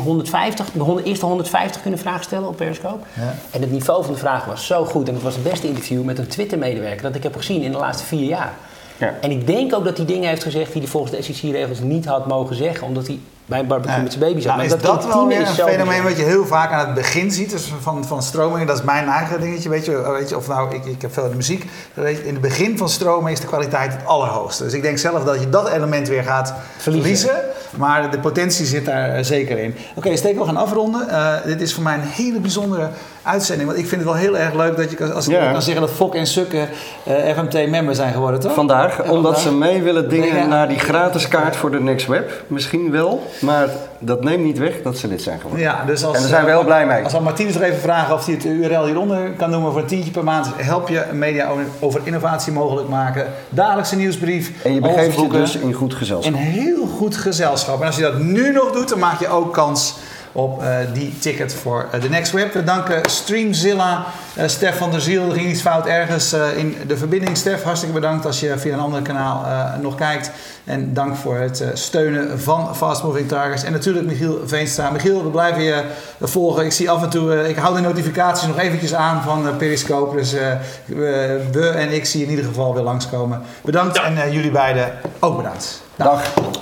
150 kunnen vragen stellen op Periscope. Ja. En het niveau van de vragen was zo goed. En het was het beste interview met een Twitter-medewerker dat ik heb gezien in de laatste 4 jaar. Ja. En ik denk ook dat hij dingen heeft gezegd die hij volgens de SEC-regels niet had mogen zeggen. Omdat hij bij een barbecue met zijn baby zat. Nou, maar dat wel weer een fenomeen wat je heel vaak aan het begin ziet. Dus van stromingen, dat is mijn eigen dingetje. Weet je of nou, ik heb veel in de muziek. In het begin van stromen is de kwaliteit het allerhoogste. Dus ik denk zelf dat je dat element weer gaat verliezen. Maar de potentie zit daar zeker in. Oké, Steek, we gaan afronden. Dit is voor mij een hele bijzondere uitzending. Want ik vind het wel heel erg leuk dat je kan zeggen dat Fok en Sukke FMT-member zijn geworden, toch? Vandaag, omdat ze mee willen dingen naar die gratis kaart voor de Next Web. Misschien wel. Maar dat neemt niet weg dat ze lid zijn geworden. Ja, dus en daar zijn we heel blij mee. Als we Martinus nog even vragen of hij het URL hieronder kan noemen voor $10 per maand, help je media over innovatie mogelijk maken. Dagelijkse nieuwsbrief. En je begeeft je dus in goed gezelschap. In heel goed gezelschap. En als je dat nu nog doet, dan maak je ook kans op die ticket voor de Next Web. We danken Streamzilla, Stef van der Ziel. Er ging iets fout ergens in de verbinding. Stef, hartstikke bedankt als je via een ander kanaal nog kijkt. En dank voor het steunen van Fast Moving Targets. En natuurlijk Michiel Veenstra. Michiel, we blijven je volgen. Ik zie af en toe, ik hou de notificaties nog eventjes aan van Periscope. Dus we en ik zie in ieder geval weer langskomen. Bedankt en jullie beiden ook bedankt. Dag.